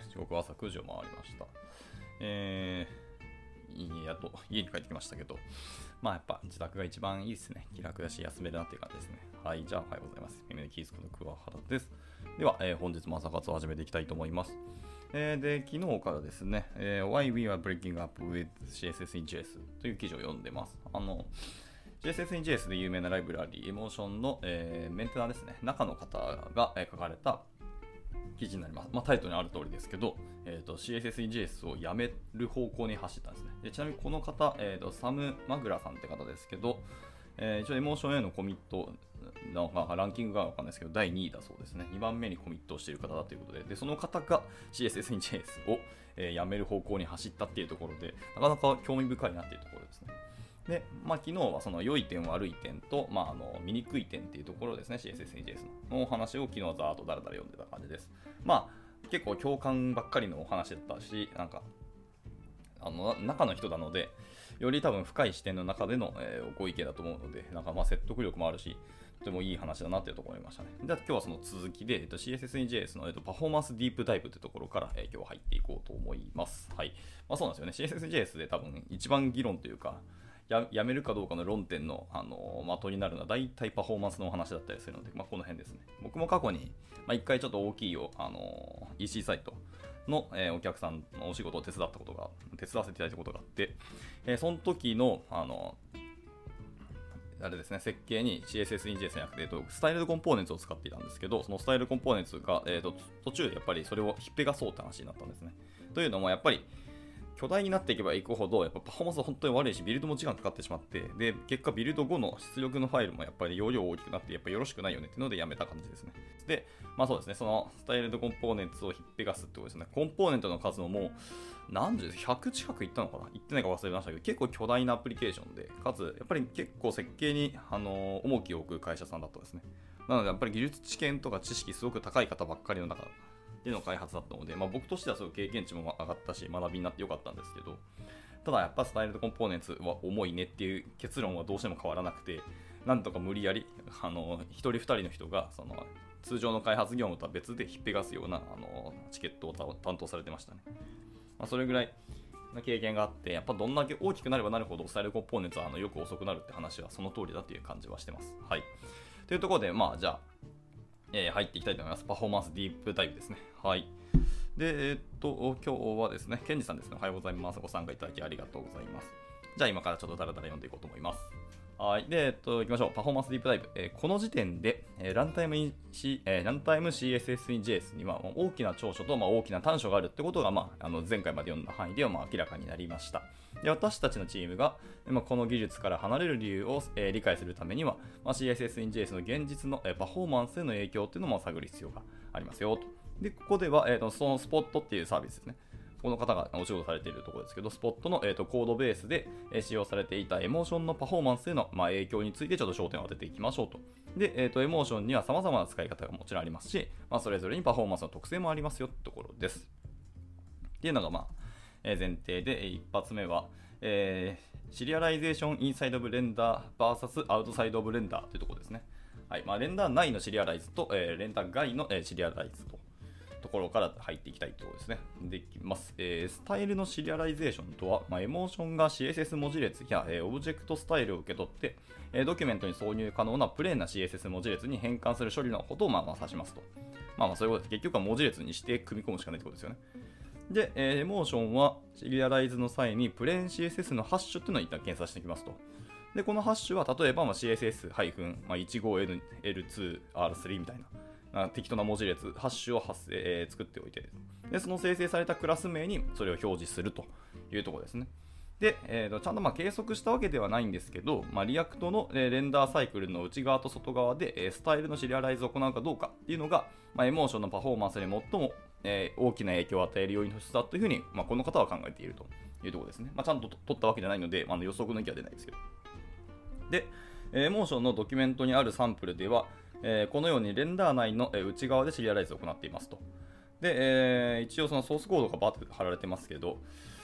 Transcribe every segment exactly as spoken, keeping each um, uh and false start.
時刻は朝くじを回りました。えー、やっと家に帰ってきましたけど、まあやっぱ自宅が一番いいですね。気楽だし休めるなっていう感じですね。はい、じゃあおはようございます。耳でキースクの桑原です。では、えー、本日も朝活を始めていきたいと思います。えー、で、昨日からですね、えー、Why We Are Breaking Up with シーエスエス in ジェイエス という記事を読んでます。あの、ジェイエスエス in ジェイエス で有名なライブラリー、エモーションの、えー、メンテナーですね、中の方が、えー、書かれた記事になります。まあ、タイトルにある通りですけど、えーと、シーエスエス in ジェイエス をやめる方向に走ったんですね。でちなみにこの方、えーと、サム・マグラさんって方ですけど、えー、一応エモーションへのコミットのランキングがわかんないですけど、だいにいだそうですね。にばんめにコミットをしている方だということで、でその方が シーエスエス in ジェイエス を、えー、やめる方向に走ったっていうところで、なかなか興味深いなっていうところですね。で、まあ、昨日はその良い点悪い点と、まあ、あの見にくい点っていうところですね、シーエスエス in ジェイエス のお話を昨日はざーっとだらだら読んでた感じです。まあ、結構共感ばっかりのお話だったし、なんか、あの中の人なので、より多分深い視点の中での、えー、ご意見だと思うので、なんかまあ説得力もあるし、とてもいい話だなというところに思いましたね。では今日はその続きで、えっと、シーエスエス in ジェイエス の、えっと、パフォーマンスディープダイブというところから、えー、今日は入っていこうと思います。はい。まあそうなんですよね。シーエスエス in ジェイエス で多分一番議論というか、や, やめるかどうかの論点の、あのー、的になるのは大体パフォーマンスのお話だったりするので、まあ、この辺ですね。僕も過去に、まあ、一回ちょっと大きいよ、あのー、イーシー サイトの、えー、お客さんのお仕事を手伝ったことが、手伝わせていただいたことがあって、えー、その時の、あのー、あれですね、設計に シーエスエス in ジェイエス じゃなくて、スタイルコンポーネンツを使っていたんですけど、そのスタイルコンポーネンツが、えーと、途中でやっぱりそれをひっぺがそうって話になったんですね。というのも、やっぱり、巨大になっていけばいくほど、やっぱパフォーマンスは本当に悪いし、ビルドも時間かかってしまって、で、結果ビルド後の出力のファイルもやっぱり容量大きくなって、やっぱよろしくないよねっていうのでやめた感じですね。で、まあそうですね、そのスタイルドコンポーネンツをひっぺがすってことですね。コンポーネントの数ももう、何十、ひゃく近くいったのかな、いってないか忘れましたけど、結構巨大なアプリケーションで、かつ、やっぱり結構設計に、あのー、重きを置く会社さんだったんですね。なので、やっぱり技術知見とか知識すごく高い方ばっかりの中での開発だったので、まあ、僕としてはすごい経験値も上がったし、学びになってよかったんですけど、ただやっぱスタイルドコンポーネンツは重いねっていう結論はどうしても変わらなくて、なんとか無理やり、あの、一人二人の人が、その、通常の開発業務とは別でひっぺがすような、あの、チケットを担当されてましたね。まあ、それぐらいの経験があって、やっぱどんだけ大きくなればなるほど、スタイルドコンポーネンツはあのよく遅くなるって話はその通りだっていう感じはしてます。はい。というところで、まあ、じゃあ、えー、入っていきたいと思います。パフォーマンスディープダイブですね。はい。で、えー、っと、今日はですね、ケンジさんですね。おはようございます。ご参加いただきありがとうございます。じゃあ今からちょっとダラダラ読んでいこうと思います。はい。で、えっと、行きましょう。パフォーマンスディープダイブ。えー、この時点で、えー、ランタイム、C えー、ランタイム シーエスエス in ジェイエス には大きな長所と、まあ、大きな短所があるってことが、まあ、あの前回まで読んだ範囲では、まあ、明らかになりました。で、私たちのチームが、まあ、この技術から離れる理由を、えー、理解するためには、まあ、シーエスエス in ジェイエス の現実の、えー、パフォーマンスへの影響っていうのも探る必要がありますよと。で、ここでは、えーと、そのスポットっていうサービスですね。この方がお仕事されているところですけど、スポットの、えーと、コードベースで使用されていたエモーションのパフォーマンスへの、まあ、影響についてちょっと焦点を当てていきましょうと。で、えーと、エモーションには様々な使い方がもちろんありますし、まあ、それぞれにパフォーマンスの特性もありますよってところです。っていうのが、まあ、えー、前提で、一発目は、えー、シリアライゼーションインサイドオブレンダー ブイエス アウトサイドオブレンダーというところですね。はい。まあ、レンダー内のシリアライズと、えー、レンダー外の、えー、シリアライズと。ところから入っていきたいところですね。できます。えー、スタイルのシリアライゼーションとは、まあ、エモーションが シーエスエス 文字列や、えー、オブジェクトスタイルを受け取って、えー、ドキュメントに挿入可能なプレーンな シーエスエス 文字列に変換する処理のことを、まあ、まあ指しますと。まあまあそういうことです。結局は文字列にして組み込むしかないってことですよね。で、えー、エモーションはシリアライズの際にプレーン シーエスエス のハッシュっていうのを一旦検索していきますと。で、このハッシュは例えば、まあ、シーエスエス-いちごエルツーアールスリー みたいな。適当な文字列、ハッシュを発生、えー、作っておいてで、その生成されたクラス名にそれを表示するというところですね。で、えー、とちゃんとまあ計測したわけではないんですけど、まあ、リアクトの、えー、レンダーサイクルの内側と外側で、えー、スタイルのシリアライズを行うかどうかっていうのが、まあ、エモーションのパフォーマンスに最も、えー、大きな影響を与える要因の一つだというふうに、まあ、この方は考えているというところですね。まあ、ちゃんと取ったわけじゃないので、まあ、予測の域は出ないですけど。で、エモーションのドキュメントにあるサンプルでは、えー、このようにレンダー内の内側でシリアライズを行っていますと。で、えー、一応そのソースコードがバーッと貼られてますけど、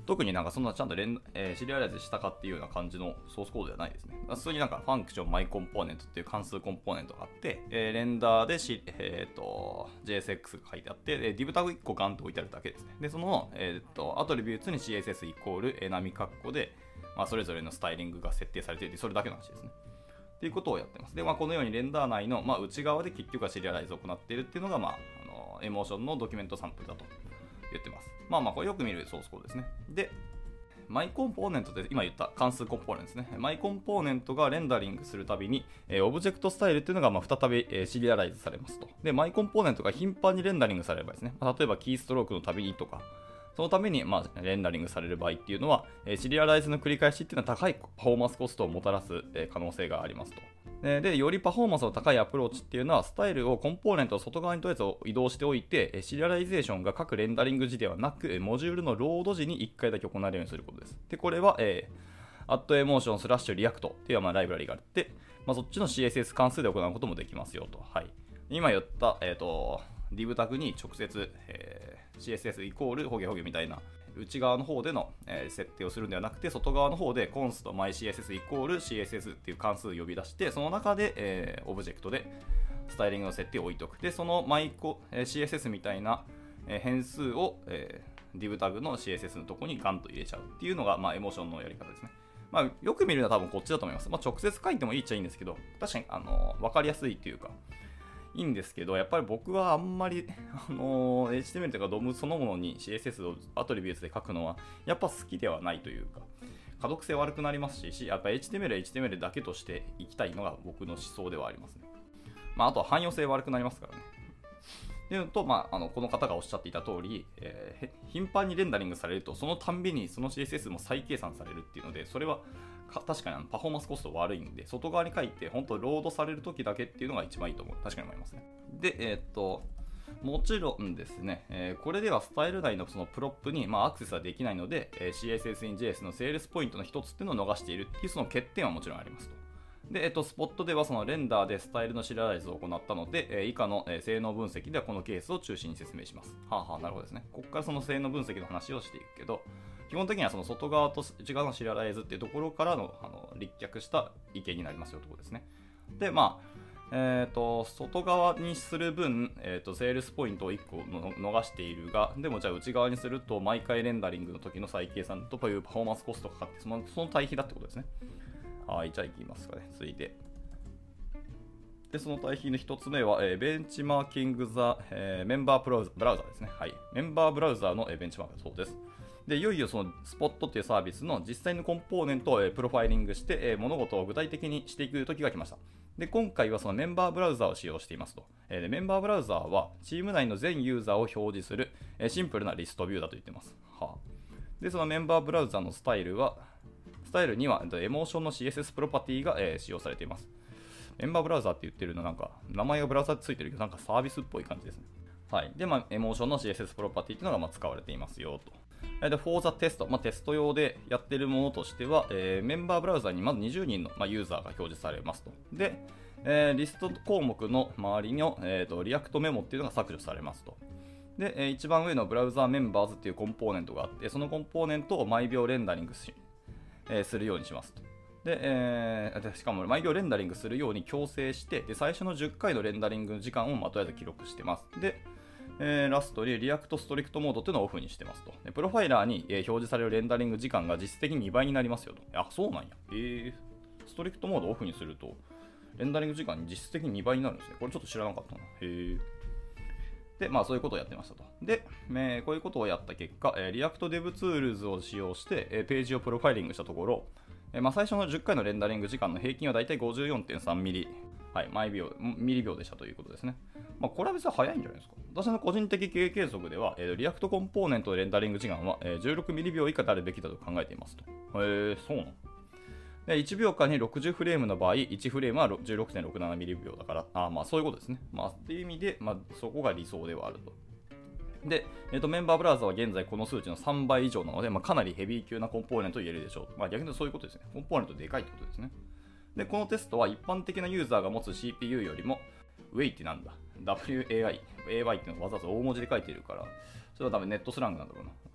特になんかそんなちゃんと連、えー、シリアライズしたかっていうような感じのソースコードではないですね。普通になんかファンクションマイコンポーネントっていう関数コンポーネントがあって、えー、レンダーで、C えー、と ジェイエスエックス が書いてあって、えー、div タグいっこガンと置いてあるだけですね。で、その、えー、とアトリビューツに シーエスエス イコール、えー、波括弧で、まあ、それぞれのスタイリングが設定されていて、それだけの話ですね。っていうことをやってます。で、まあ、このようにレンダー内の、まあ、内側で結局はシリアライズを行っているっていうのが、まあ、あのエモーションのドキュメントサンプルだと言ってます。まあまあ、これよく見るソースコードですね。で、マイコンポーネントって今言った関数コンポーネントですね。マイコンポーネントがレンダリングするたびに、えー、オブジェクトスタイルっていうのがまあ再び、えー、シリアライズされますと。で、マイコンポーネントが頻繁にレンダリングされればですね、まあ、例えばキーストロークのたびにとか、そのために、まあ、レンダリングされる場合っていうのは、えー、シリアライズの繰り返しっていうのは高いパフォーマンスコストをもたらす、えー、可能性がありますと。で、よりパフォーマンスの高いアプローチっていうのは、スタイルをコンポーネントの外側にとりあえず移動しておいて、シリアライゼーションが各レンダリング時ではなく、モジュールのロード時にいっかいだけ行われるようにすることです。で、これは、えー、AddEmotion スラッシュ React っていうまあライブラリがあって、まあ、そっちの シーエスエス 関数で行うこともできますよと。はい。今言った、えっと、div タグに直接、えー、シーエスエス イコールホゲホゲみたいな、内側の方での、えー、設定をするんではなくて、外側の方で const mycss イコール シーエスエス っていう関数を呼び出して、その中で、えー、オブジェクトでスタイリングの設定を置いておく。で、そのマイコ、えー、シーエスエス みたいな、えー、変数を、えー、div タグの シーエスエス のところにガンと入れちゃうっていうのが、まあ、エモーションのやり方ですね。まあ、よく見るのは多分こっちだと思います。まあ、直接書いてもいいっちゃいいんですけど、確かに、あのー、分かりやすいっていうか、いいんですけど、やっぱり僕はあんまり、あのー、エイチティーエムエル とか ドム そのものに シーエスエス をアトリビュートで書くのはやっぱ好きではないというか、可読性悪くなりますし、やっぱ エイチティーエムエル は エイチティーエムエル だけとしていきたいのが僕の思想ではありますね。まあ、あとは汎用性悪くなりますからね。というのと、まあ、あのこの方がおっしゃっていた通り、えー、頻繁にレンダリングされると、そのたんびにその シーエスエス も再計算されるっていうので、それは確かにあのパフォーマンスコスト悪いんで、外側に書いて本当ロードされるときだけっていうのが一番いいと思う。確かに思いますね。で、えー、っと、もちろんですね、えー、これではスタイル内のそのプロップに、まあ、アクセスはできないので、えー、シーエスエス in ジェイエス のセールスポイントの一つっていうのを逃しているっていうその欠点はもちろんありますと。で、えっと、スポットではそのレンダーでスタイルのシリアライズを行ったので、えー、以下の、えー、性能分析ではこのケースを中心に説明します。はあはあ、なるほどですね。ここからその性能分析の話をしていくけど、基本的にはその外側と内側のシリアライズっていうところからの、あの立脚した意見になりますよということですね。で、まあ、えーと、外側にする分、えーと、セールスポイントをいっこの逃しているが、でもじゃあ内側にすると毎回レンダリングの時の再計算というパフォーマンスコストがかかって、その、その対比だってことですね。はい、じゃあいきますかね。続いて。で、その対比の一つ目は、えー、ベンチマーキングザ、えー、メンバーブラウザブラウザですね。はい。メンバーブラウザーの、えー、ベンチマークだそうです。で、いよいよそのスポットっていうサービスの実際のコンポーネントを、えー、プロファイリングして、えー、物事を具体的にしていく時が来ました。で、今回はそのメンバーブラウザーを使用していますと。えー、でメンバーブラウザーはチーム内の全ユーザーを表示する、えー、シンプルなリストビューだと言っています。はあ、で、そのメンバーブラウザーのスタイルは、スタイルにはエモーションの シーエスエス プロパティが、えー、使用されています。メンバーブラウザーって言ってるのなんか、名前がブラウザーってついてるけど、なんかサービスっぽい感じですね。はい。で、まあ、エモーションの シーエスエス プロパティっていうのがまあ使われていますよと。で、for the test、まあ、テスト用でやっているものとしては、えー、メンバーブラウザーにまずにじゅうにんの、まあ、ユーザーが表示されますと。で、えー、リスト項目の周りの、えーと、リアクトメモっていうのが削除されますと。で、えー、一番上のブラウザーメンバーズっていうコンポーネントがあって、そのコンポーネントを毎秒レンダリングし、えー、するようにしますと。で、えー、しかも毎秒レンダリングするように強制して、で最初のじゅっかいのレンダリングの時間を、まあ、とりあえず記録してます。で、えー、ラストにリアクトストリクトモードっていうのをオフにしてますと。でプロファイラーに、えー、表示されるレンダリング時間が実質的ににばいになりますよと。あ、そうなんや。えー、ストリクトモードをオフにすると、レンダリング時間実質的ににばいになるんですね。これちょっと知らなかったな。へー。で、まあそういうことをやってましたと。で、えー、こういうことをやった結果、えー、リアクトデブツールズを使用して、えー、ページをプロファイリングしたところ、えーまあ、最初のじゅっかいのレンダリング時間の平均はだいたい ごじゅうよんてんさんミリ、はい、毎秒、ミリ秒でしたということですね。まあ、これは別に早いんじゃないですか。私の個人的経営計測では、えー、リアクトコンポーネントのレンダリング時間は、えー、じゅうろくミリ秒以下であるべきだと考えていますと。へえー、そうなの。でいちびょうかんにろくじゅうフレームの場合、いちフレームは じゅうろくてんろくななミリ秒だから、あまあそういうことですね。まあっていう意味で、まあ、そこが理想ではあると。で、えー、とメンバーブラウザは現在この数値のさんばい以上なので、まあ、かなりヘビー級なコンポーネントを言えるでしょう。まあ、逆にそういうことですね。コンポーネントでかいってことですね。で、このテストは一般的なユーザーが持つ シーピーユー よりも、ウェイってなんだ ダブリューエーアイ、エーワイ っていうのをわざわざ大文字で書いているから、それは多分ネットスラングなんだろうな。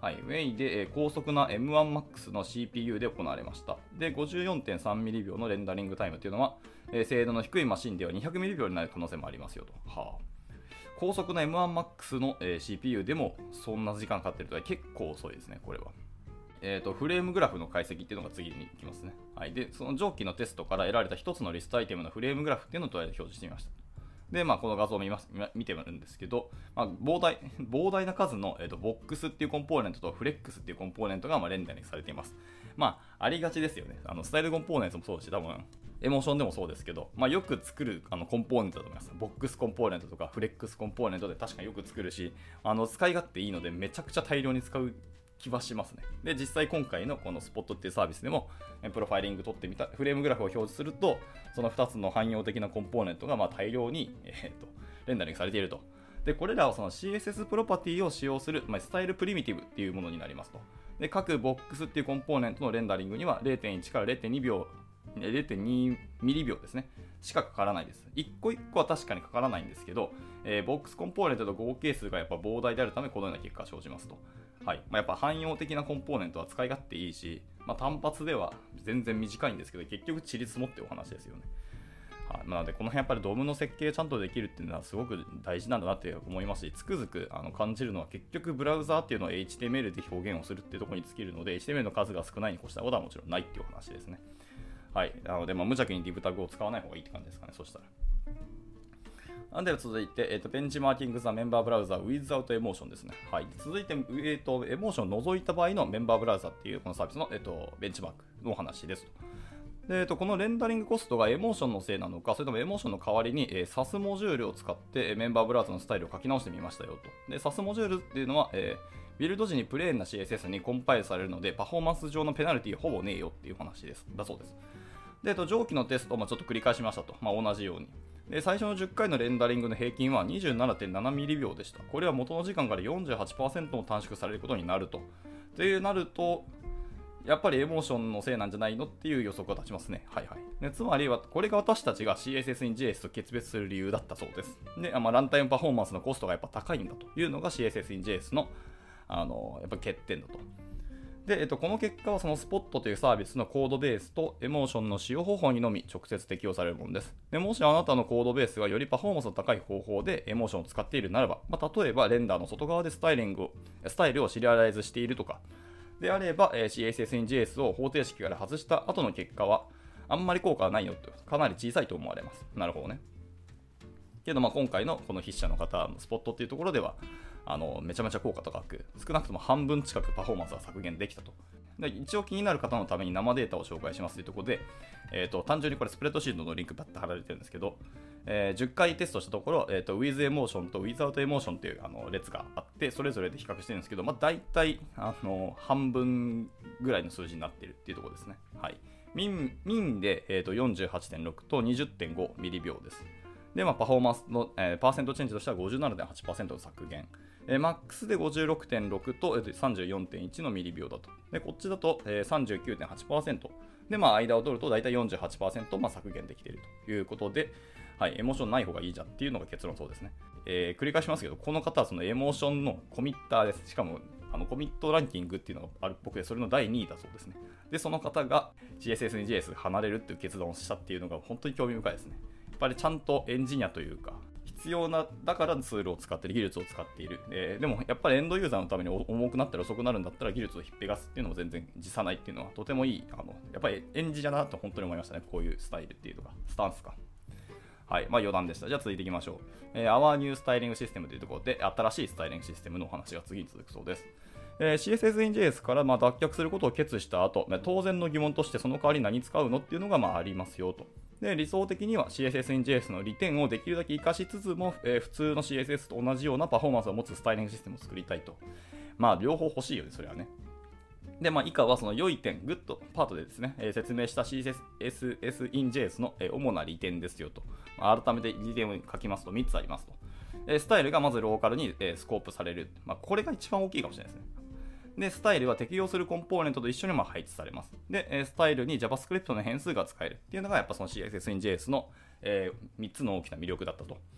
はい、ウェイで、えー、高速な エムワンマックス の シーピーユー で行われました。で、ごじゅうよんてんさんミリびょうのレンダリングタイムというのは、えー、精度の低いマシンではにひゃくミリびょうになる可能性もありますよと。はあ、高速な エムワンマックス の、えー、シーピーユー でもそんな時間かかってるとは結構遅いですね、これは。えーと、フレームグラフの解析っていうのが次に来ますね。はい、で、その上記のテストから得られた一つのリストアイテムのフレームグラフっていうのをとりあえず表示してみました。で、まあ、この画像を見ます、見てみるんですけど、まあ、膨大、膨大な数の、えーと、ボックスっていうコンポーネントとフレックスっていうコンポーネントが、まあ、レンダリングされています。まあ、ありがちですよね。あのスタイルコンポーネントもそうだし、多分、エモーションでもそうですけど、まあ、よく作るあのコンポーネントだと思います。ボックスコンポーネントとかフレックスコンポーネントで確かによく作るし、あの使い勝手いいのでめちゃくちゃ大量に使う気はしますね。で、実際今回のこのスポットっていうサービスでも、プロファイリング取ってみた、フレームグラフを表示すると、そのふたつの汎用的なコンポーネントがまあ大量に、えー、とレンダリングされていると。で、これらはその シーエスエス プロパティを使用する、まあ、スタイルプリミティブっていうものになりますと。で、各ボックスっていうコンポーネントのレンダリングには れいてんいち から れいてんにびょう、れいてんにミリびょうですね。しかかからないです。一個一個は確かにかからないんですけど、えー、ボックスコンポーネントと合計数がやっぱ膨大であるため、このような結果が生じますと。はい。まあ、やっぱ汎用的なコンポーネントは使い勝手いいし、まあ、単発では全然短いんですけど、結局塵積もってお話ですよね。はい。なので、この辺やっぱりドームの設計ちゃんとできるっていうのはすごく大事なんだなって思いますし、つくづくあの感じるのは結局ブラウザーっていうのは エイチティーエムエル で表現をするっていうところに尽きるので、エイチティーエムエル の数が少ないに越したことはもちろんないっていうお話ですね。はい。なので、まあ、無邪気に div タグを使わない方がいいって感じですかね、そしたら。では続いて、えーと、ベンチマーキングザメンバーブラウザー without emotion ですね。はい。続いて、えーと、エモーションを除いた場合のメンバーブラウザっていうこのサービスの、えーと、ベンチマークのお話ですと。で、えーと、このレンダリングコストがエモーションのせいなのか、それともエモーションの代わりに、えー、エスエーエス モジュールを使ってメンバーブラウザのスタイルを書き直してみましたよと。で、エスエーエス モジュールっていうのは、えー、ビルド時にプレーンな シーエスエス にコンパイルされるので、パフォーマンス上のペナルティほぼねえよっていう話です。だそうです。で、えーと、上記のテストを、まあ、ちょっと繰り返しましたと。まあ、同じように。で、最初のじゅっかいのレンダリングの平均は にじゅうななてんななミリびょうでした。これは元の時間から よんじゅうはちパーセント も短縮されることになると。で、なると、やっぱりエモーションのせいなんじゃないのっていう予測が立ちますね。はいはい。でつまりは、これが私たちが シーエスエス に ジェイエス と決別する理由だったそうです。で、まあ、ランタイムパフォーマンスのコストがやっぱ高いんだというのが シーエスエス に ジェイエス の、あの、やっぱ欠点だと。で、えっと、この結果はそのスポットというサービスのコードベースとエモーションの使用方法にのみ直接適用されるものです。でもしあなたのコードベースがよりパフォーマンスの高い方法でエモーションを使っているならば、まあ、例えばレンダーの外側でスタイリングを、スタイルをシリアライズしているとか、であれば、えー、シーエスエス に ジェイエス を方程式から外した後の結果は、あんまり効果はないよと、かなり小さいと思われます。なるほどね。けど、まあ今回のこの筆者の方のスポットっていうところでは、あのめちゃめちゃ効果高く、少なくとも半分近くパフォーマンスが削減できたと。で一応気になる方のために生データを紹介しますというところで、えー、と単純にこれスプレッドシートのリンクバッと貼られてるんですけど、えー、じゅっかいテストしたところ、えー、と with emotion と without emotion というあの列があって、それぞれで比較してるんですけど、まあ、大体あの半分ぐらいの数字になっているっていうところですね。はい、ミン, ミンで、えー、と よんじゅうはちてんろく と にじゅってんご ミリびょうです。で、まあ、パフォーマンスの、えー、パーセントチェンジとしては ごじゅうななてんはちパーセント の削減。えー、マックスで ごじゅうろくてんろく と、えー、さんじゅうよんてんいち のミリびょうだと。で、こっちだと、えー、さんじゅうきゅうてんはちパーセント。で、まあ、間を取ると大体 よんじゅうはちパーセント、まあ、削減できているということで、はい、エモーションない方がいいじゃんっていうのが結論そうですね。えー、繰り返しますけど、この方はそのエモーションのコミッターです。しかも、あのコミットランキングっていうのがあるっぽくて、それのだいにいだそうですね。で、その方が シーエスエス に ジェイエス 離れるっていう決断をしたっていうのが本当に興味深いですね。やっぱりちゃんとエンジニアというか、必要な、だからツールを使っている、技術を使っている。えー、でもやっぱりエンドユーザーのために重くなったり遅くなるんだったら技術をひっぺがすっていうのも全然辞さないっていうのはとてもいい。あのやっぱりエンジニアだなと本当に思いましたね。こういうスタイルっていうのが、スタンスか。はい、まあ余談でした。じゃあ続いていきましょう。えー、Our New Styling System というところで、新しいスタイリングシステムのお話が次に続くそうです。えー、シーエスエス イン ジェイエス からまあ脱却することを決意した後、当然の疑問としてその代わり何使うのっていうのがまあありますよと。で理想的には シーエスエス イン ジェイエス の利点をできるだけ活かしつつも、えー、普通の シーエスエス と同じようなパフォーマンスを持つスタイリングシステムを作りたいと。まあ両方欲しいよね、それはね。で、まあ以下はその良い点、グッドパートでですね、えー、説明した シーエスエス イン ジェイエス の、えー、主な利点ですよと。まあ、改めて利点を書きますとみっつありますと。えー、スタイルがまずローカルに、えー、スコープされる。まあこれが一番大きいかもしれないですね。で、スタイルは適用するコンポーネントと一緒にまあ配置されます。で、スタイルに JavaScript の変数が使えるっていうのがやっぱその シーエスエス イン ジェイエス の、えー、みっつの大きな魅力だったと。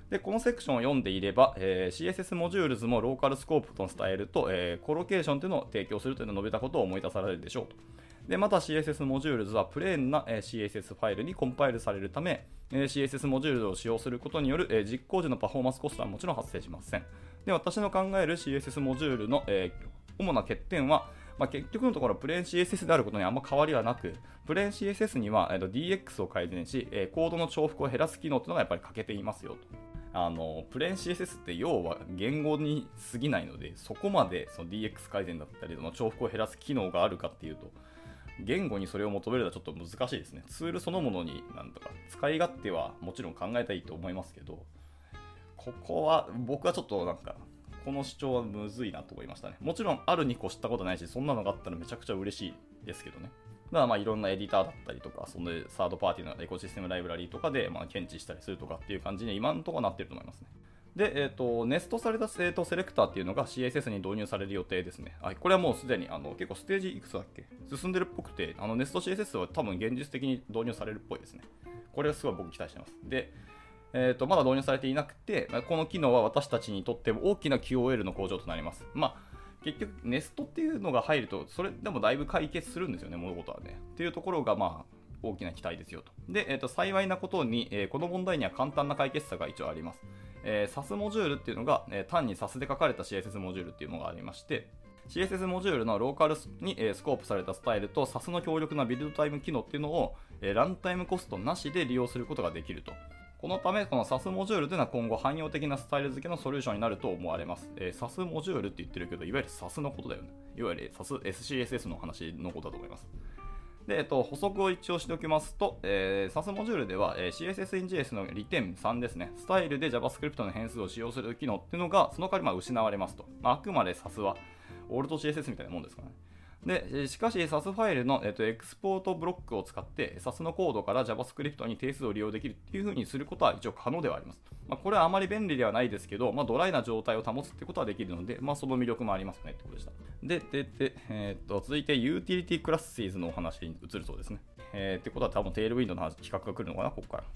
で、このセクションを読んでいれば、えー、シーエスエス モジュールズもローカルスコープとのスタイルと、えー、コロケーションというのを提供するというのを述べたことを思い出されるでしょうと。で、また シーエスエス モジュールズはプレーンな シーエスエス ファイルにコンパイルされるため、シーエスエス モジュールズを使用することによる実行時のパフォーマンスコストはもちろん発生しません。で、私の考える シーエスエス モジュールの、えー、主な欠点は、まあ、結局のところプレーン シーエスエス であることにあんま変わりはなく、プレーン シーエスエス には、えー、ディーエックス を改善し、えー、コードの重複を減らす機能というのがやっぱり欠けていますよと。あのプレーン シーエスエス って要は言語に過ぎないので、そこまでその ディーエックス 改善だったりの重複を減らす機能があるかっていうと、言語にそれを求めるのはちょっと難しいですね。ツールそのものになんとか使い勝手はもちろん考えたいと思いますけど、ここは僕はちょっとなんかこの主張はむずいなと思いましたね。もちろんあるに越したことないし、そんなのがあったらめちゃくちゃ嬉しいですけどね。だからまあいろんなエディターだったりとか、そのサードパーティーのエコシステムライブラリーとかでまあ検知したりするとかっていう感じに今のところなってると思いますね。で、えーと、ネストされた、えーと、セレクターっていうのが シーエスエス に導入される予定ですね。はい、これはもうすでにあの結構ステージいくつだっけ進んでるっぽくて、あのネスト シーエスエス は多分現実的に導入されるっぽいですね。これはすごい僕期待してます。で、えーと、まだ導入されていなくて、この機能は私たちにとって大きな キューオーエル の向上となります。まあ結局、ネストっていうのが入ると、それでもだいぶ解決するんですよね、物事はね。っていうところが、まあ、大きな期待ですよと。で、えーと、幸いなことに、えー、この問題には簡単な解決策が一応あります。えー、サス モジュールっていうのが、えー、単に サス で書かれた シーエスエス モジュールっていうのがありまして、シーエスエス モジュールのローカルに、えー、スコープされたスタイルと サス の強力なビルドタイム機能っていうのを、えー、ランタイムコストなしで利用することができると。このため、この サス モジュールというのは今後汎用的なスタイル付けのソリューションになると思われます。えー、サス モジュールって言ってるけど、いわゆる サス のことだよね。いわゆる サス、エスシーエスエス の話のことだと思います。で、えっと、補足を一応しておきますと、えー、サス モジュールでは、えー、シーエスエス in ジェイエス の利点さんですね。スタイルで JavaScript の変数を使用する機能っていうのが、その代わりまあ失われますと。まあ、あくまで サス は、オールド シーエスエス みたいなもんですからね。で、しかし サス ファイルの、えっと、エクスポートブロックを使って サス のコードから JavaScript に定数を利用できるっていう風にすることは一応可能ではあります。まあ、これはあまり便利ではないですけど、まあ、ドライな状態を保つってことはできるので、まあ、その魅力もありますねってことでした。で、で、で、えー、っと続いて ユーティリティクラスシーズのお話に移るそうですね。えー、ってことは多分テールウィンドの比較が来るのかな、ここから。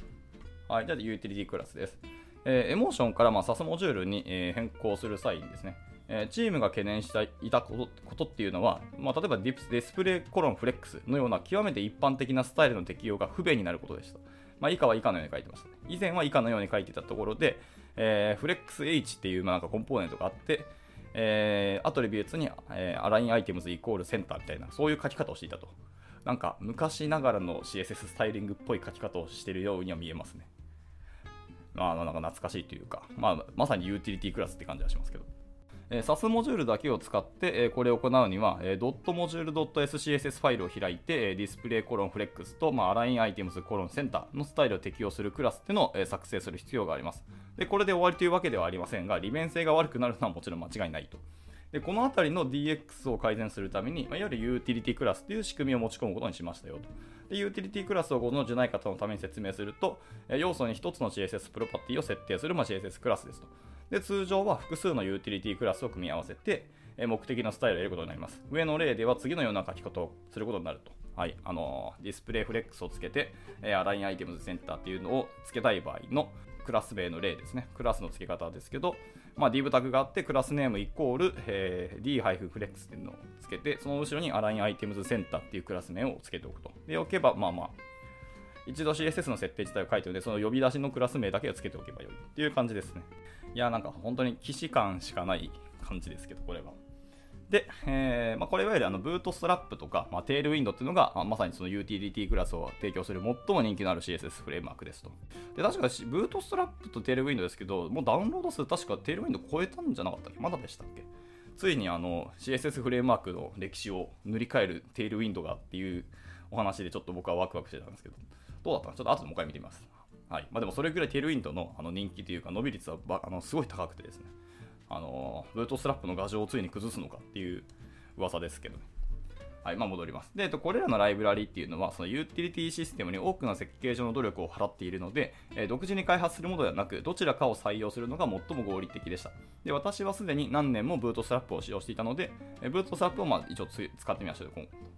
はい、じゃあユーティリティクラスです。えー、エモーションからまあ サス モジュールに、えー、変更する際にですね、チームが懸念していたことっていうのは、まあ、例えばディスプレイコロンフレックスのような極めて一般的なスタイルの適用が不便になることでした。まあ、以下は以下のように書いてましたね。以前は以下のように書いていたところで、えー、フレックス H っていうまあなんかコンポーネントがあって、えー、アトリビューツに、えー、アラインアイテムズイコールセンターみたいな、そういう書き方をしていたと。なんか昔ながらの シーエスエス スタイリングっぽい書き方をしているようには見えますね。まあ、なんか懐かしいというか、まあ、まさにユーティリティクラスって感じはしますけど。サス モジュールだけを使ってこれを行うには、ドットモジュール ドットエスシーエスエス ファイルを開いて、ディスプレイコロンフレックスと、まあ、アラインアイテムズコロンセンターのスタイルを適用するクラスっていうのを作成する必要があります。で、これで終わりというわけではありませんが、利便性が悪くなるのはもちろん間違いないと。で、このあたりの ディーエックス を改善するために、まあ、いわゆるユーティリティクラスという仕組みを持ち込むことにしましたよと。で、ユーティリティクラスをご存じない方のために説明すると、要素にひとつの シーエスエス プロパティを設定する、まあ、シーエスエス クラスですと。で、通常は複数のユーティリティクラスを組み合わせて、目的なスタイルを得ることになります。上の例では次のような書き方をすることになると。はい。あの、ディスプレイフレックスをつけて、アラインアイテムズセンターっていうのをつけたい場合のクラス名の例ですね。クラスの付け方ですけど、まあ、div タグがあって、クラスネームイコール、えー、d-flex っていうのをつけて、その後ろにアラインアイテムズセンターっていうクラス名をつけておくと。でおけば、まあまあ、一度 シーエスエス の設定自体を書いておいて、その呼び出しのクラス名だけをつけておけばよいっていう感じですね。いや、なんか本当に既視感しかない感じですけど、これは。で、えーまあ、これいわゆるあのブートストラップとか、まあ、テールウィンドっていうのが、まあ、まさにそのユーティリティクラスを提供する最も人気のある シーエスエス フレームワークですと。で、確かブートストラップとテールウィンドですけど、もうダウンロード数確かテールウィンド超えたんじゃなかったっけ？まだでしたっけ？ついにあの シーエスエス フレームワークの歴史を塗り替えるテールウィンドがっていうお話でちょっと僕はワクワクしてたんですけど、どうだったの？ちょっと後でもう一回見てみます。はい。まあ、でもそれぐらいテールウィンドのあの人気というか伸び率はあのすごい高くてですね、あのブートストラップの牙城をついに崩すのかっていう噂ですけどね。はい、まあ戻ります。で、これらのライブラリっていうのは、そのユーティリティシステムに多くの設計上の努力を払っているので、えー、独自に開発するものではなく、どちらかを採用するのが最も合理的でした。で、私はすでに何年もブートストラップを使用していたので、えー、ブートストラップをまあ一応使ってみましたよ、今後。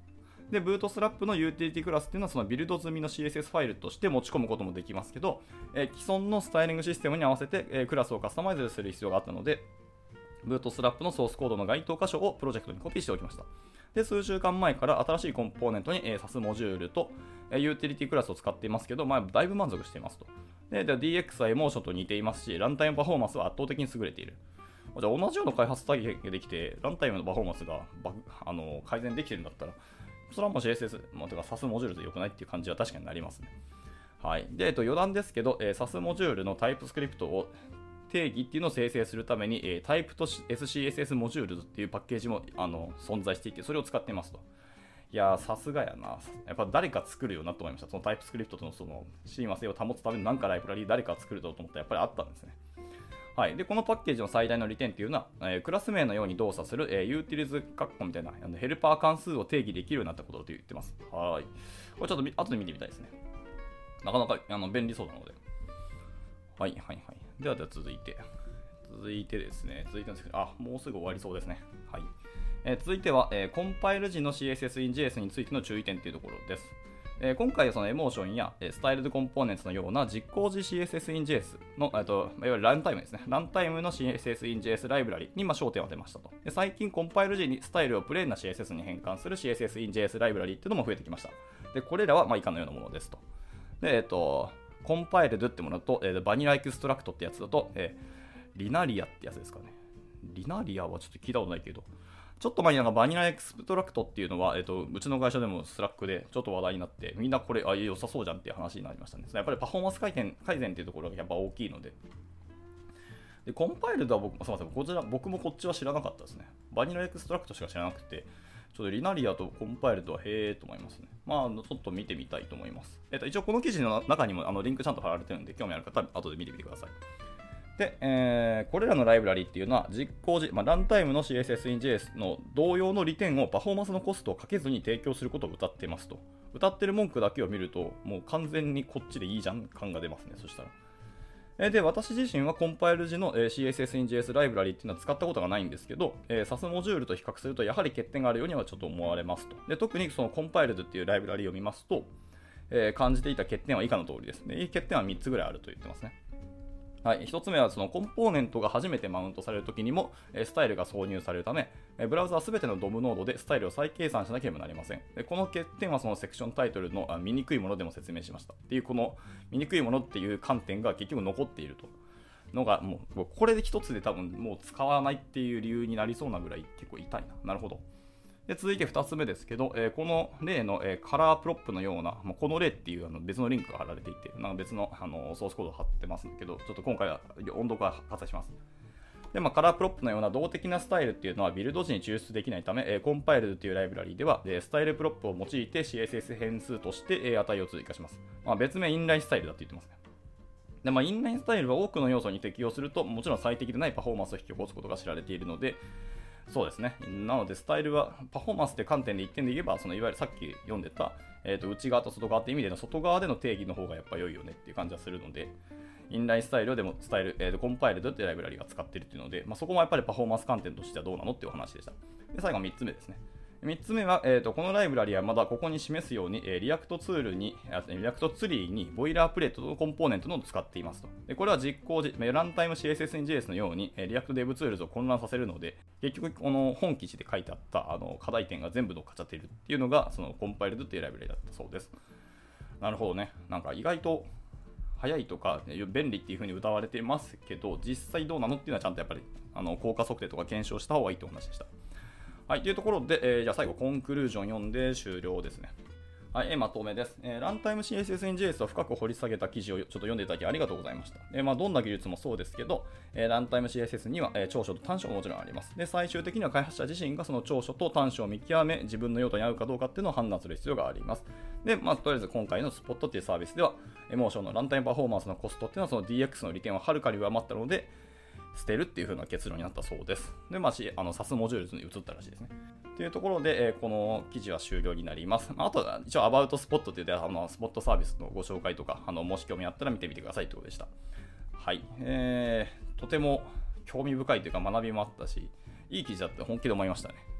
で、ブートストラップのユーティリティクラスっていうのはそのビルド済みの シーエスエス ファイルとして持ち込むこともできますけど、えー、既存のスタイリングシステムに合わせて、えー、クラスをカスタマイズする必要があったので、ブートストラップのソースコードの該当箇所をプロジェクトにコピーしておきました。で、数週間前から新しいコンポーネントに、えー、サス モジュールと、えー、ユーティリティクラスを使っていますけど、まあ、だいぶ満足していますと。で、で ディーエックス はエモーションと似ていますし、ランタイムパフォーマンスは圧倒的に優れている。じゃあ同じような開発体系ができて、ランタイムのパフォーマンスがあの改善できてるんだったら、それはもう シーエスエス、まあ、てか サス モジュールで良くないっていう感じは確かになりますね。はい。で、えっと、余談ですけど、えー、サス モジュールのタイプスクリプトを定義っていうのを生成するために、えー、タイプと エスシーエスエス モジュールっていうパッケージもあの存在していて、それを使っていますと。いやー、さすがやな。やっぱ誰か作るよなと思いました。そのタイプスクリプトとのその親和性を保つための何かライブラリー誰か作ると思ったらやっぱりあったんですね。はい。で、このパッケージの最大の利点っていうのは、えー、クラス名のように動作する、えー、ユーティリズカッコみたいなあのヘルパー関数を定義できるようになったことと言ってます。はい。これちょっと後で見てみたいですね。なかなかあの便利そうなので。はいはいはい。ではでは続いて。続いてですね。続いてなんですけど、あ、もうすぐ終わりそうですね。はい。えー、続いては、えー、コンパイル時の シーエスエス in ジェイエス についての注意点というところです。えー、今回はそのエモーションや、えー、スタイルドコンポーネンツのような実行時 シーエスエス in ジェイエス の、えーと、いわゆるランタイムですね。ランタイムの シーエスエス in ジェイエス ライブラリにまあ焦点を当てましたと。で、最近コンパイル時にスタイルをプレーンな シーエスエス に変換する シーエスエス in ジェイエス ライブラリっていうのも増えてきました。で、これらはまあ以下のようなものですと。で、えっ、ー、と、コンパイルドってものと、えー、バニラエクストラクトってやつだと、えー、リナリアってやつですかね。リナリアはちょっと聞いたことないけど、ちょっと前になんかバニラエクストラクトっていうのは、えっと、うちの会社でもスラックでちょっと話題になって、みんなこれ、あ、良さそうじゃんっていう話になりましたね。やっぱりパフォーマンス改善、改善っていうところがやっぱ大きいので。で、コンパイルドは僕、すみません、こちら、僕もこっちは知らなかったですね。バニラエクストラクトしか知らなくて、ちょっとリナリアとコンパイルドはへーと思いますね。まあ、ちょっと見てみたいと思います。えっと、一応この記事の中にもあのリンクちゃんと貼られてるんで、興味ある方は後で見てみてください。で、えー、これらのライブラリっていうのは実行時、まあ、ランタイムの シーエスエス in ジェイエス の同様の利点をパフォーマンスのコストをかけずに提供することを謳っていますと。謳ってる文句だけを見ると、もう完全にこっちでいいじゃん感が出ますね。そしたら。えー、で、私自身はコンパイル時の シーエスエス in ジェイエス ライブラリっていうのは使ったことがないんですけど、えー、サス モジュールと比較するとやはり欠点があるようにはちょっと思われますと。で、特にそのコンパイルドっていうライブラリを見ますと、えー、感じていた欠点は以下の通りですね。欠点はみっつぐらいあると言ってますね。はい、ひとつめはそのコンポーネントが初めてマウントされるときにもスタイルが挿入されるため、ブラウザはすべての ドム ノードでスタイルを再計算しなければなりません。この欠点はそのセクションタイトルの見にくいものでも説明しました。っていうこの見にくいものっていう観点が結局残っているとのがもうこれで一つで多分もう使わないっていう理由になりそうなぐらい結構痛いな。なるほど。で続いてふたつめですけど、えー、この例の、えー、カラープロップのような、まあ、この例っていうあの別のリンクが貼られていて、なんか別の、あのソースコードを貼ってますけど、ちょっと今回は音読は割愛します。で、まあ、カラープロップのような動的なスタイルっていうのはビルド時に抽出できないため、えー、コンパイルドというライブラリでは、えー、スタイルプロップを用いて シーエスエス 変数として、えー、値を追加します。まあ、別名インラインスタイルだって言ってますね。で、まあ、インラインスタイルは多くの要素に適用すると、もちろん最適でないパフォーマンスを引き起こすことが知られているので、そうですね。なので、スタイルはパフォーマンスって観点でいってんで言えば、そのいわゆるさっき読んでた、えー、と内側と外側って意味での外側での定義の方がやっぱ良いよねっていう感じはするので、インラインスタイルでもスタイル、えー、とコンパイルドっていうライブラリが使っているっていうので、まあ、そこもやっぱりパフォーマンス観点としてはどうなのっていうお話でした。で、最後みっつめですね。みっつめは、えー、とこのライブラリはまだここに示すように、えー、リアクトツールに、リアクトツリーにボイラープレートとコンポーネントのを使っていますと。でこれは実行時、ランタイム シーエスエス in ジェイエス のように、えー、リアクトデブツールズを混乱させるので、結局この本記事で書いてあったあの課題点が全部乗っかっちゃっているっていうのが、そのコンパイルドっていうライブラリだったそうです。なるほどね。なんか意外と早いとか便利っていう風に謳われてますけど、実際どうなのっていうのはちゃんとやっぱりあの効果測定とか検証した方がいいってお話でした。はい、というところで、えー、じゃあ最後コンクルージョン読んで終了ですね。はい、えー、まとめです、えー。ランタイム シーエスエス in ジェイエス を深く掘り下げた記事をちょっと読んでいただきありがとうございました。えーまあ、どんな技術もそうですけど、えー、ランタイム シーエスエス には、えー、長所と短所がもちろんあります。で、最終的には開発者自身がその長所と短所を見極め、自分の用途に合うかどうかっていうのを判断する必要があります。で、まあ、とりあえず今回の スポット っていうサービスでは、エモーションのランタイムパフォーマンスのコストっていうのはその ディーエックス の利点をはるかに上回ったので、捨てるっていう風な結論になったそうです。で、まあ、あの サス モジュールに移ったらしいですね。というところで、えー、この記事は終了になります。あとは、一応、About Spot というあのスポットサービスのご紹介とか、あのもし興味あったら見てみてくださいということでした。はい。えー、とても興味深いというか学びもあったし、いい記事だって本気で思いましたね。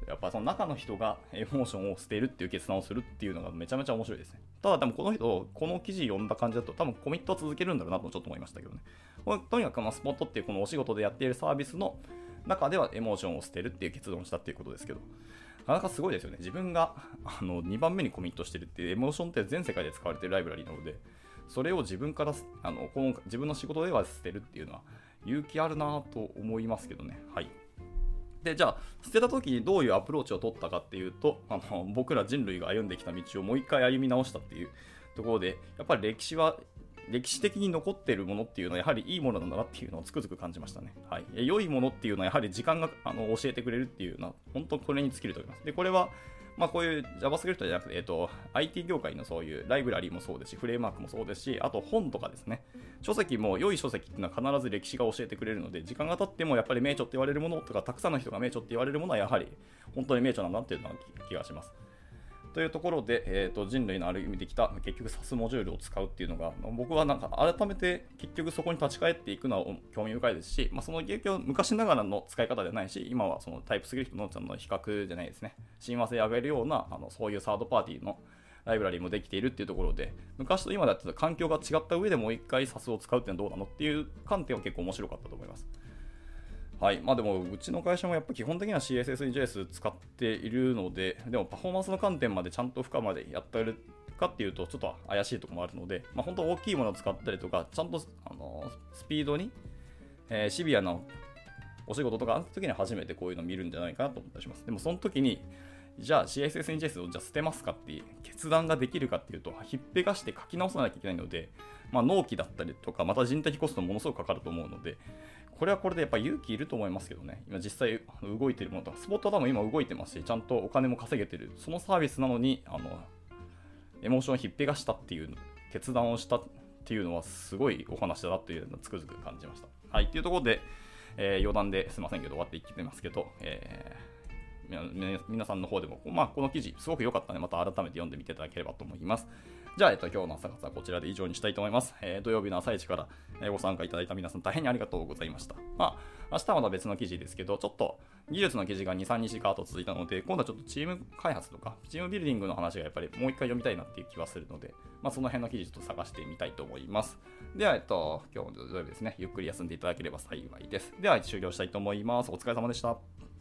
やっぱその中の人がエモーションを捨てるっていう決断をするっていうのがめちゃめちゃ面白いですね。ただ多分この人、この記事読んだ感じだと多分コミットは続けるんだろうなとちょっと思いましたけどね。これとにかくまあスポットっていうこのお仕事でやっているサービスの中ではエモーションを捨てるっていう決断をしたっていうことですけど、なかなかすごいですよね。自分があのにばんめにコミットしてるっていうエモーションって全世界で使われているライブラリなので、それを自分からあのこの自分の仕事では捨てるっていうのは勇気あるなと思いますけどね。はい。で、じゃあ捨てた時にどういうアプローチを取ったかっていうと、あの僕ら人類が歩んできた道をもう一回歩み直したっていうところで、やっぱり歴史は歴史的に残っているものっていうのはやはりいいものなんだなっていうのをつくづく感じましたね。はい。良いものっていうのはやはり時間があの教えてくれるっていうのは本当これに尽きると思います。で、これはまあこういう JavaScript じゃなくて、えっと、アイティー 業界のそういうライブラリーもそうですし、フレームワークもそうですし、あと本とかですね。書籍も良い書籍っていうのは必ず歴史が教えてくれるので、時間が経ってもやっぱり名著って言われるものとか、たくさんの人が名著って言われるものはやはり本当に名著なんだっていうのは気がします。というところで、えー、と人類のある意味できた結局 サス モジュールを使うっていうのが僕はなんか改めて結局そこに立ち返っていくのは興味深いですし、まあ、その影響昔ながらの使い方ではないし、今はそのタイプスクリプトの比較じゃないですね、親和性を上げるようなあのそういうサードパーティーのライブラリーもできているっていうところで、昔と今だったら環境が違った上でもう一回 サス を使うっていうのはどうなのっていう観点は結構面白かったと思います。はい。まあでも、うちの会社もやっぱ基本的には シーエスエス に ジェイエス 使っているので、でもパフォーマンスの観点までちゃんと負荷までやってるかっていうと、ちょっと怪しいところもあるので、まあ本当大きいものを使ったりとか、ちゃんとあのスピードに、えー、シビアなお仕事とかあった時に初めてこういうのを見るんじゃないかなと思ったりします。でもその時に、じゃあ シーエスエス に ジェイエス をじゃあ捨てますかっていう決断ができるかっていうと、ひっぺがして書き直さなきゃいけないので、まあ、納期だったりとか、また人的コストもものすごくかかると思うので、これはこれでやっぱり勇気いると思いますけどね。今実際動いているものとか、スポットは多分今動いてますし、ちゃんとお金も稼げてる。そのサービスなのに、あの、エモーションをひっぺがしたっていう決断をしたっていうのはすごいお話だなというのをつくづく感じました。はい。というところで、えー、余談ですいませんけど終わっていってますけど、えー皆さんの方でも、まあ、この記事すごく良かったのでまた改めて読んでみていただければと思います。じゃあ、えっと、今日の朝活はこちらで以上にしたいと思います。えー、土曜日の朝一からご参加いただいた皆さん大変にありがとうございました。まあ、明日はまだ別の記事ですけど、ちょっと技術の記事がに、さんにちかと続いたので、今度はちょっとチーム開発とかチームビルディングの話がやっぱりもう一回読みたいなっていう気はするので、まあ、その辺の記事ちょっと探してみたいと思います。では、えっと、今日の土曜日ですね、ゆっくり休んでいただければ幸いです。では、終了したいと思います。お疲れ様でした。